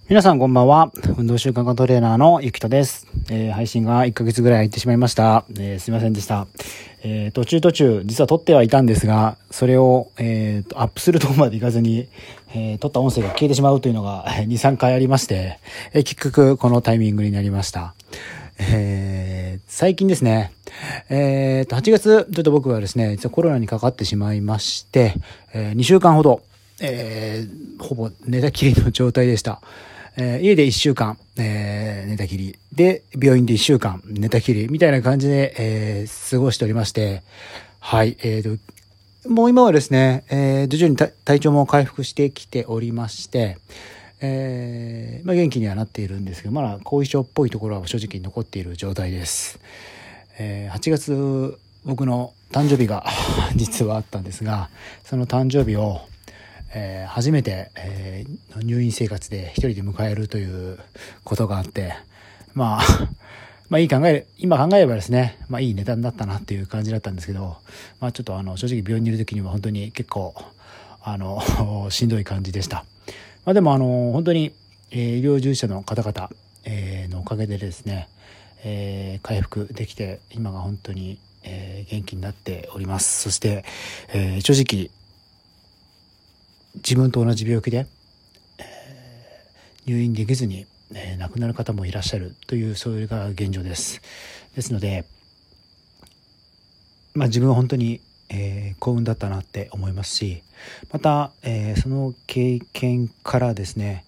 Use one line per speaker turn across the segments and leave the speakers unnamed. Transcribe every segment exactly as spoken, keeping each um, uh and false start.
皆さんこんばんは。運動習慣化トレーナーのゆきとです、えー、配信がいっかげつぐらい空いてしまいました、えー、すいませんでした、えー、途中途中実は撮ってはいたんですが、それを、えー、とアップするところまでいかずに、えー、撮った音声が消えてしまうというのがに、さんかいありまして、えー、結局このタイミングになりました。えー、最近ですね、えー、とはちがつちょっと僕はですね実はコロナにかかってしまいまして、えー、にしゅうかんほど、えー、ほぼ寝たきりの状態でした。えー、家でいっしゅうかん、えー、寝たきりで、病院でいっしゅうかん寝たきりみたいな感じで、えー、過ごしておりまして、はい、えーと、もう今はですね、えー、徐々に体調も回復してきておりまして、えー、まあ元気にはなっているんですけど、まだ後遺症っぽいところは正直残っている状態です。えー、はちがつ僕の誕生日が実はあったんですが、その誕生日をえー、初めて、えー、入院生活で一人で迎えるということがあって、まあ、まあいい考え、今考えればですね、まあいいネタになったなっていう感じだったんですけど、まあちょっとあの、正直病院にいる時には本当に結構、あの、しんどい感じでした。まあでもあの、本当に、えー、医療従事者の方々、えー、のおかげでですね、えー、回復できて、今が本当に、えー、元気になっております。そして、えー、正直、自分と同じ病気で、えー、入院できずに、えー、亡くなる方もいらっしゃるという、それが現状です。ですので、まあ、自分は本当に、えー、幸運だったなって思いますし、また、えー、その経験からですね、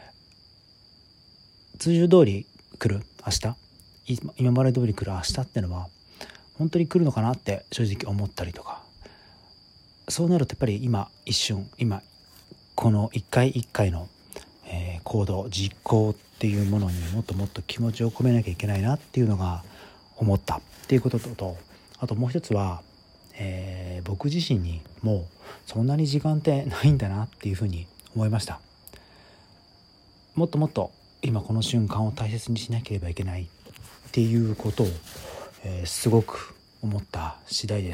通常通り来る明日、今まで通り来る明日っていうのは本当に来るのかなって正直思ったりとか、そうなるとやっぱり今一瞬、今この一回一回の、えー、行動実行っていうものにもっともっと気持ちを込めなきゃいけないなっていうのが思ったっていうことと、あともう一つは、えー、僕自身にもうそんなに時間ってないんだなっていうふうに思いました。もっともっと今この瞬間を大切にしなければいけないっていうことを、えー、すごく思った次第です。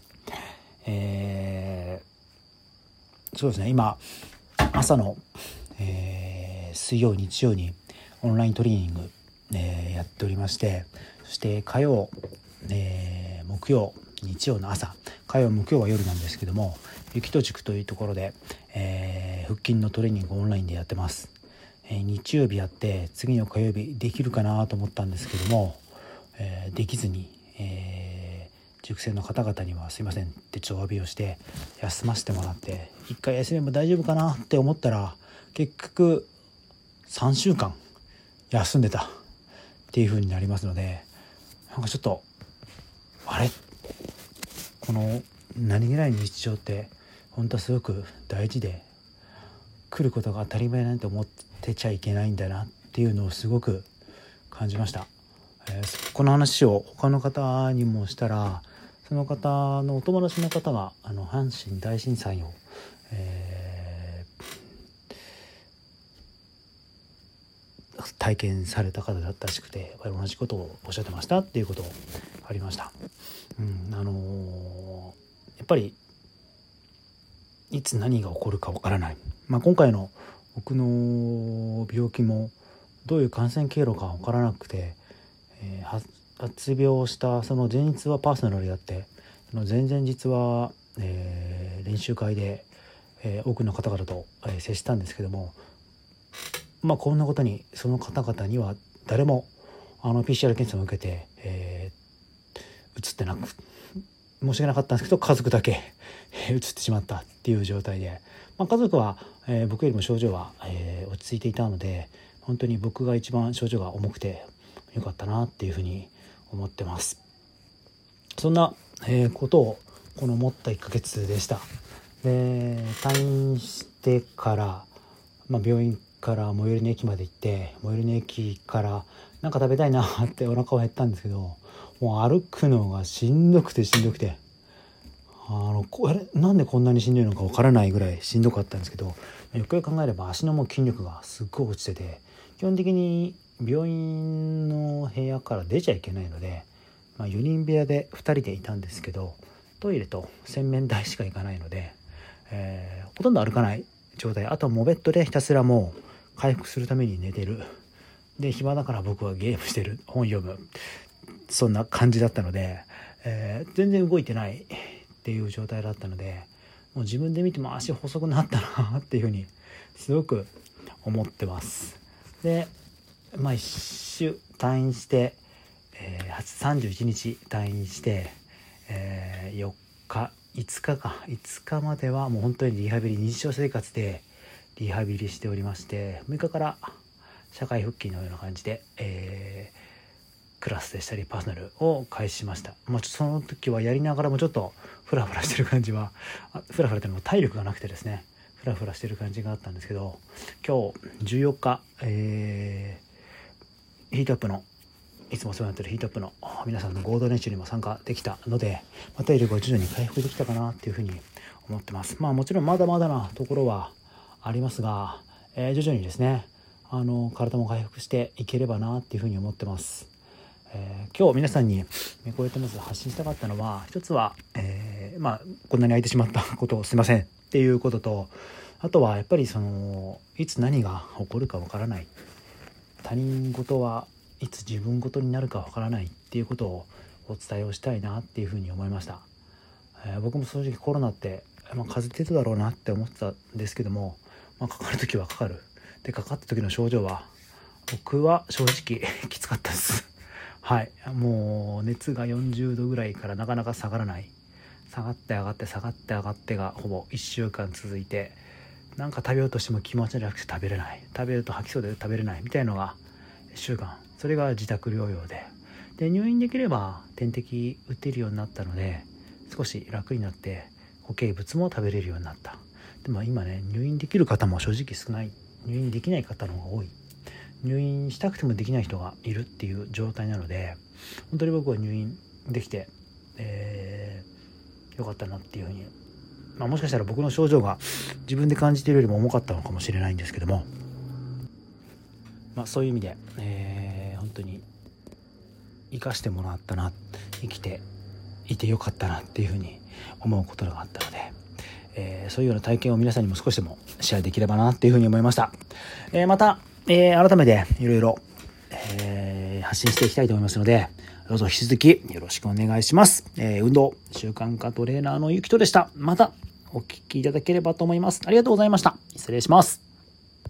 えー、そうですね、今朝の、えー、水曜日曜にオンライントレーニング、えー、やっておりまして、そして火曜、えー、木曜日曜の朝、火曜木曜は夜なんですけども、雪と塾というところで、えー、腹筋のトレーニングをオンラインでやってます。えー、日曜日やって次の火曜日できるかなと思ったんですけども、えー、できずに、えー、塾生の方々にはすいませんってちょっとお詫びをして休ませてもらって、一回休めば大丈夫かなって思ったら結局さんしゅうかん休んでたっていう風になりますので、なんかちょっとあれ、この何気ない日常って本当はすごく大事で、来ることが当たり前なんて思ってちゃいけないんだなっていうのをすごく感じました。えー、この話を他の方にもしたら、その方のお友達の方があの阪神大震災を、えー、体験された方だったらしくて、やっぱり同じことをおっしゃってましたっていうことありました。うん、あのー、やっぱりいつ何が起こるかわからない。まあ、今回の僕の病気もどういう感染経路かわからなくて、えー、発病したその前日はパーソナルでやって、その前々日は、えー、練習会で、えー、多くの方々と、えー、接したんですけども、まあこんなことにその方々には誰もあの ピーシーアール 検査を受けて、えー、移ってなく、申し訳なかったんですけど家族だけ移ってしまったっていう状態で、まあ、家族は、えー、僕よりも症状は、えー、落ち着いていたので、本当に僕が一番症状が重くてよかったなっていうふうに思ってます。そんな、えー、ことをこの持ったいっかげつでした。で、退院してから、まあ、病院から最寄りの駅まで行って、最寄りの駅からなんか食べたいなってお腹は減ったんですけど、もう歩くのがしんどくてしんどくて、あのこれなんでこんなにしんどいのかわからないぐらいしんどかったんですけど、よくよく考えれば足のもう筋力がすっごい落ちてて、基本的に病院の部屋から出ちゃいけないので、まあ、よにん部屋でふたりでいたんですけど、トイレと洗面台しか行かないので、えー、ほとんど歩かない状態。あとはもうベッドでひたすらもう回復するために寝てる、で暇だから僕はゲームしてる、本読む、そんな感じだったので、えー、全然動いてないっていう状態だったので、もう自分で見ても足細くなったなっていうふうにすごく思ってます。でまあ一週退院して、えー、さんじゅういちにち退院して、えー、よっかいつかかいつかまではもう本当にリハビリ、日常生活でリハビリしておりまして、むいかから社会復帰のような感じで、えー、クラスでしたりパーソナルを開始しました。まあ、その時はやりながらもちょっとフラフラしてる感じは、フラフラっていうのも体力がなくてですね、フラフラしてる感じがあったんですけど、今日じゅうよっか、えー、ヒートアップのいつもお世話になっているヒートアップの皆さんの合同練習にも参加できたので、まあ、体力が徐々に回復できたかなっていうふうに思ってます。まあもちろんまだまだなところはありますが、えー、徐々にですね、あの体も回復していければなっていうふうに思ってます。えー、今日皆さんにこうやってまず発信したかったのは、一つは、えー、まあこんなに空いてしまったことをすいませんっていうことと、あとはやっぱりそのいつ何が起こるかわからない、他人事はいつ自分事になるかわからないっていうことをお伝えをしたいなっていうふうに思いました。えー、僕も正直コロナって、まあ、風邪出てだろうなって思ってたんですけども、まあ、かかる時はかかる。でかかった時の症状は僕は正直きつかったです。はい、もう熱がよんじゅうどぐらいからなかなか下がらない、下がって上がって下がって上がってがほぼいっしゅうかん続いて、なんか食べようとしても気持ち悪くて食べれない、食べると吐きそうで食べれないみたいのがいっしゅうかん、それが自宅療養で、で入院できれば点滴打てるようになったので少し楽になって固形物も食べれるようになった。でも今ね、入院できる方も正直少ない、入院できない方の方が多い、入院したくてもできない人がいるっていう状態なので、本当に僕は入院できて、えー、よかったなっていうふうに、まあ、もしかしたら僕の症状が自分で感じているよりも重かったのかもしれないんですけども、まあ、そういう意味で、えー、本当に生かしてもらったな、生きていてよかったなっていうふうに思うことがあったので、えー、そういうような体験を皆さんにも少しでもシェアできればなっていうふうに思いました。えー、また、えー、改めていろいろ発信していきたいと思いますので、どうぞ引き続きよろしくお願いします。えー、運動習慣化トレーナーのゆきとでした。またお聞きいただければと思います。ありがとうございました。失礼します。